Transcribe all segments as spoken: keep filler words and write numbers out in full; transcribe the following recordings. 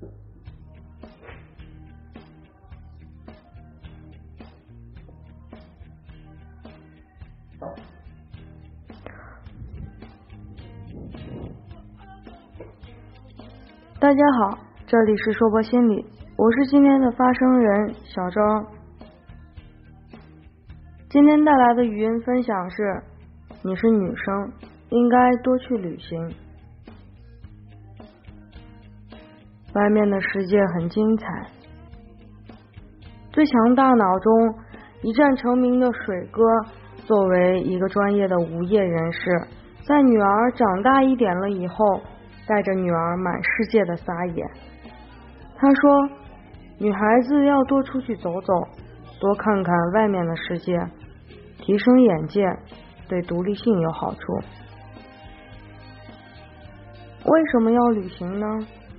大家好，这里是说播心理，我是今天的发声人小周。今天带来的语音分享是：你是女生，应该多去旅行。外面的世界很精彩。最强大脑中一战成名的水哥，作为一个专业的无业人士，在女儿长大一点了以后，带着女儿满世界的撒野。他说，女孩子要多出去走走，多看看外面的世界，提升眼界，对独立性有好处。为什么要旅行呢？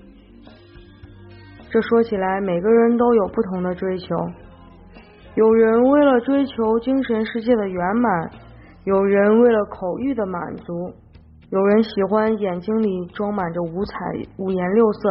这说起来每个人都有不同的追求，有人为了追求精神世界的圆满，有人为了口欲的满足，有人喜欢眼睛里装满着五彩五颜六色。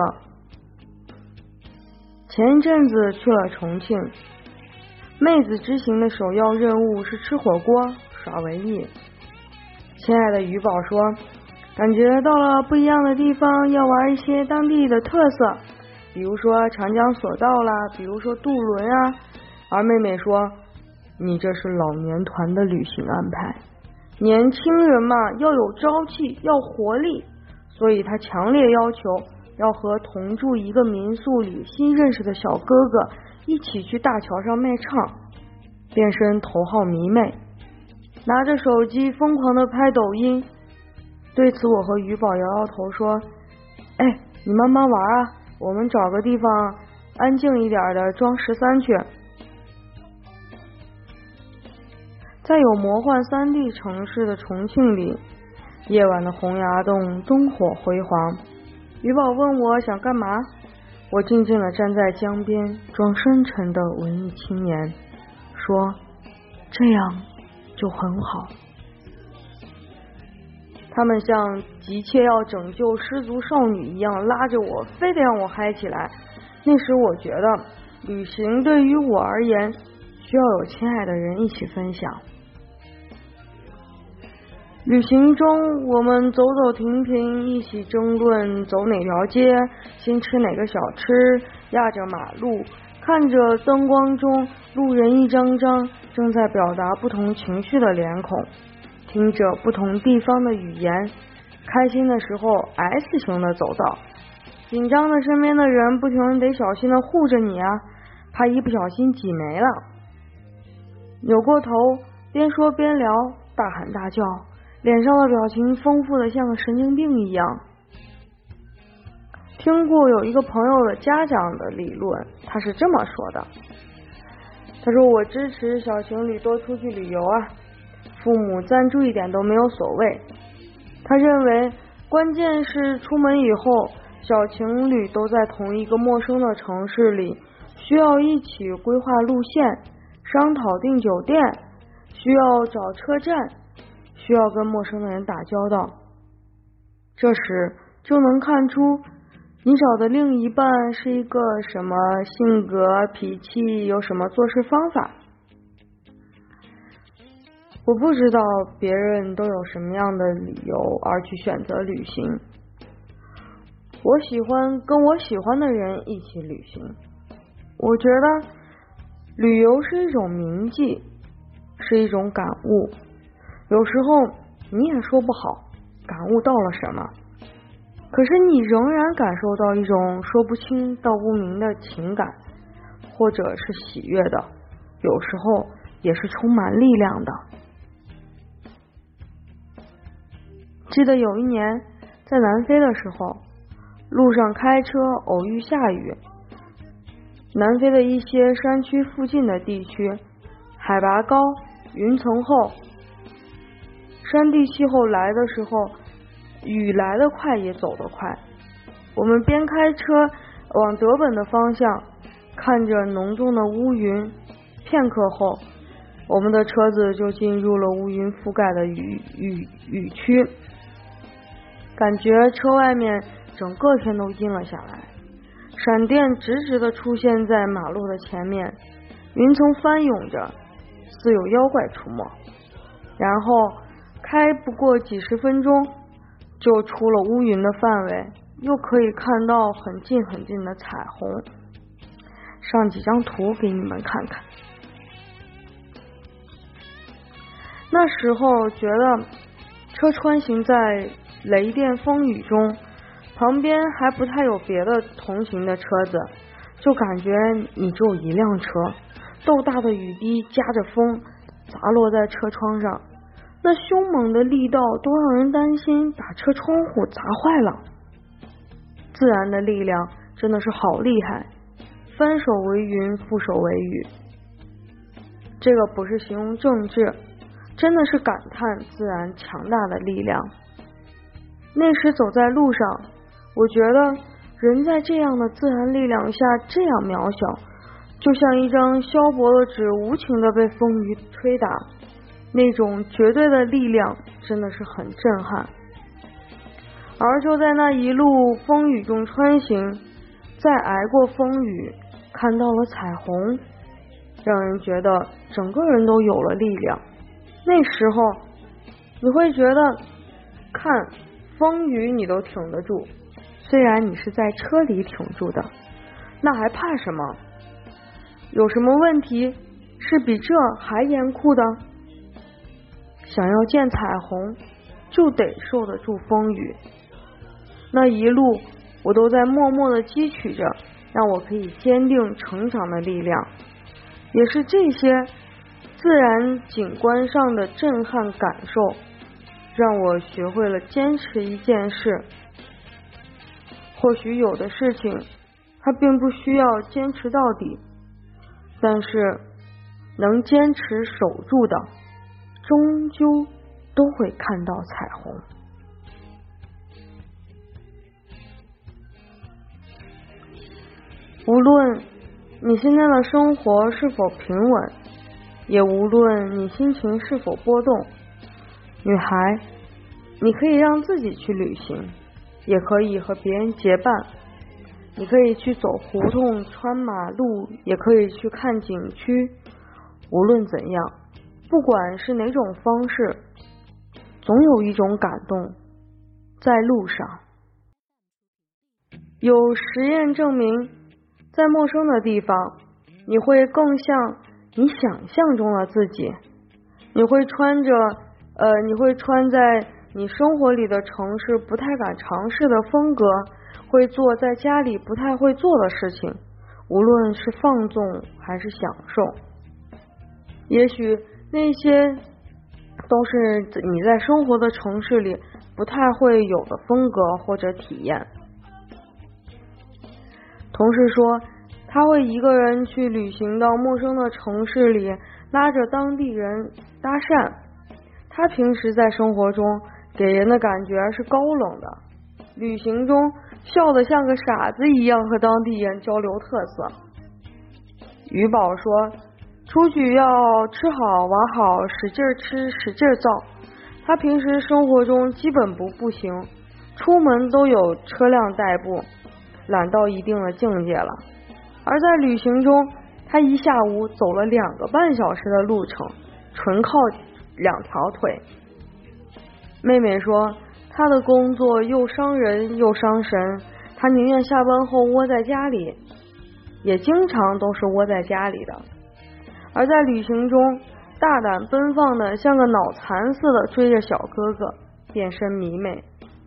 前一阵子去了重庆，妹子之行的首要任务是吃火锅耍文艺。亲爱的鱼宝说，感觉到了不一样的地方要玩一些当地的特色，比如说长江索道啦，比如说渡轮啊。而妹妹说，你这是老年团的旅行安排，年轻人嘛要有朝气，要活力，所以她强烈要求要和同住一个民宿里新认识的小哥哥一起去大桥上卖唱，变身头号迷妹，拿着手机疯狂的拍抖音。对此我和鱼宝摇摇头说，哎，你慢慢玩啊，我们找个地方安静一点的装十三去。在有魔幻三 D 城市的重庆里，夜晚的洪崖洞灯火辉煌。鱼宝问我想干嘛，我静静地站在江边，装深沉的文艺青年，说这样就很好。他们像急切要拯救失足少女一样拉着我，非得让我嗨起来。那时我觉得旅行对于我而言需要有亲爱的人一起分享。旅行中我们走走停停，一起争论走哪条街，先吃哪个小吃，压着马路，看着灯光中路人一张张正在表达不同情绪的脸孔，听着不同地方的语言，开心的时候 S 型的走道，紧张的身边的人不停得小心的护着你啊，怕一不小心挤没了。扭过头，边说边聊，大喊大叫，脸上的表情丰富的像个神经病一样。听过有一个朋友的家长的理论，他是这么说的，他说，我支持小情侣多出去旅游啊，父母赞助一点都没有所谓。他认为关键是出门以后，小情侣都在同一个陌生的城市里，需要一起规划路线，商讨订酒店，需要找车站，需要跟陌生的人打交道。这时就能看出你找的另一半是一个什么性格脾气，有什么做事方法。我不知道别人都有什么样的理由而去选择旅行，我喜欢跟我喜欢的人一起旅行。我觉得旅游是一种铭记，是一种感悟，有时候你也说不好感悟到了什么，可是你仍然感受到一种说不清道不明的情感，或者是喜悦的，有时候也是充满力量的。记得有一年在南非的时候，路上开车偶遇下雨，南非的一些山区附近的地区海拔高，云层厚，山地气候来的时候，雨来得快也走得快。我们边开车往德本的方向，看着浓重的乌云，片刻后我们的车子就进入了乌云覆盖的雨雨雨区，感觉车外面整个天都阴了下来， 闪电直直地出现在马路的前面，云层翻涌着，似有妖怪出没。然后开不过几十分钟，就出了乌云的范围，又可以看到很近很近的彩虹。上几张图给你们看看。那时候觉得车穿行在雷电风雨中，旁边还不太有别的同行的车子，就感觉你只有一辆车，豆大的雨滴夹着风砸落在车窗上，那凶猛的力道都让人担心把车窗户砸坏了。自然的力量真的是好厉害，翻手为云，覆手为雨。这个不是形容政治，真的是感叹自然强大的力量。那时走在路上，我觉得人在这样的自然力量下这样渺小，就像一张削薄的纸无情的被风雨吹打，那种绝对的力量真的是很震撼。而就在那一路风雨中穿行，再挨过风雨，看到了彩虹，让人觉得整个人都有了力量。那时候你会觉得看风雨你都挺得住，虽然你是在车里挺住的，那还怕什么？有什么问题是比这还严酷的？想要见彩虹，就得受得住风雨。那一路我都在默默地汲取着让我可以坚定成长的力量，也是这些自然景观上的震撼感受，让我学会了坚持一件事。或许有的事情它并不需要坚持到底，但是能坚持守住的，终究都会看到彩虹。无论你现在的生活是否平稳，也无论你心情是否波动，女孩，你可以让自己去旅行，也可以和别人结伴，你可以去走胡同穿马路，也可以去看景区。无论怎样，不管是哪种方式，总有一种感动在路上。有实验证明，在陌生的地方，你会更像你想象中的自己，你会穿着呃，你会穿在你生活里的城市不太敢尝试的风格，会做在家里不太会做的事情，无论是放纵还是享受。也许那些都是你在生活的城市里不太会有的风格或者体验。同事说他会一个人去旅行到陌生的城市里，拉着当地人搭讪。他平时在生活中给人的感觉是高冷的，旅行中笑得像个傻子一样和当地人交流特色。于宝说，出去要吃好玩好，使劲吃使劲造。他平时生活中基本不步行，出门都有车辆代步，懒到一定的境界了。而在旅行中，他一下午走了两个半小时的路程，纯靠两条腿。妹妹说，她的工作又伤人又伤神，她宁愿下班后窝在家里，也经常都是窝在家里的。而在旅行中，大胆奔放的像个脑残似的追着小哥哥，变身迷妹。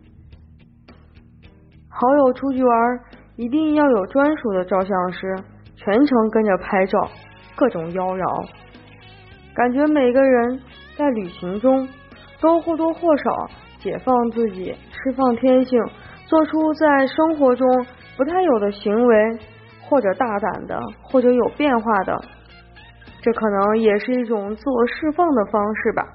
好友出去玩，一定要有专属的照相师，全程跟着拍照，各种妖娆。感觉每个人在旅行中都或多或少解放自己，释放天性，做出在生活中不太有的行为，或者大胆的，或者有变化的。这可能也是一种自我释放的方式吧。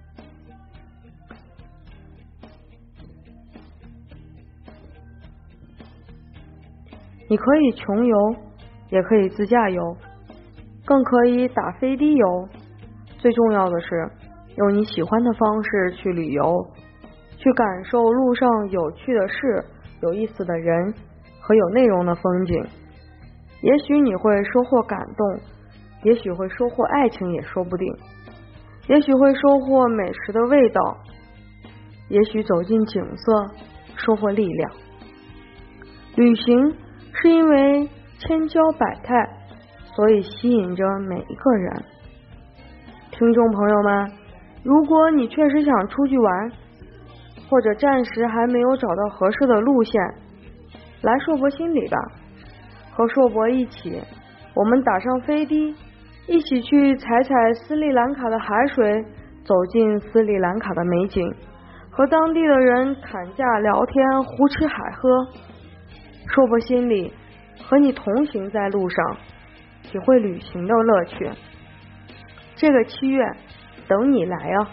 你可以穷游，也可以自驾游，更可以打飞的游。最重要的是，用你喜欢的方式去旅游，去感受路上有趣的事、有意思的人和有内容的风景。也许你会收获感动，也许会收获爱情也说不定，也许会收获美食的味道，也许走进景色收获力量。旅行是因为千娇百态，所以吸引着每一个人。听众朋友们，如果你确实想出去玩，或者暂时还没有找到合适的路线，来硕博心理吧。和硕博一起，我们打上飞的，一起去踩踩斯里兰卡的海水，走进斯里兰卡的美景，和当地的人砍价聊天，胡吃海喝。硕博心理和你同行在路上，体会旅行的乐趣。这个七月等你来啊！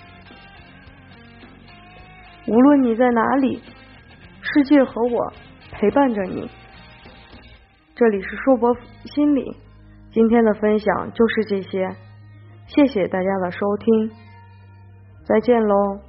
无论你在哪里，世界和我陪伴着你。这里是硕博心理，今天的分享就是这些，谢谢大家的收听，再见喽。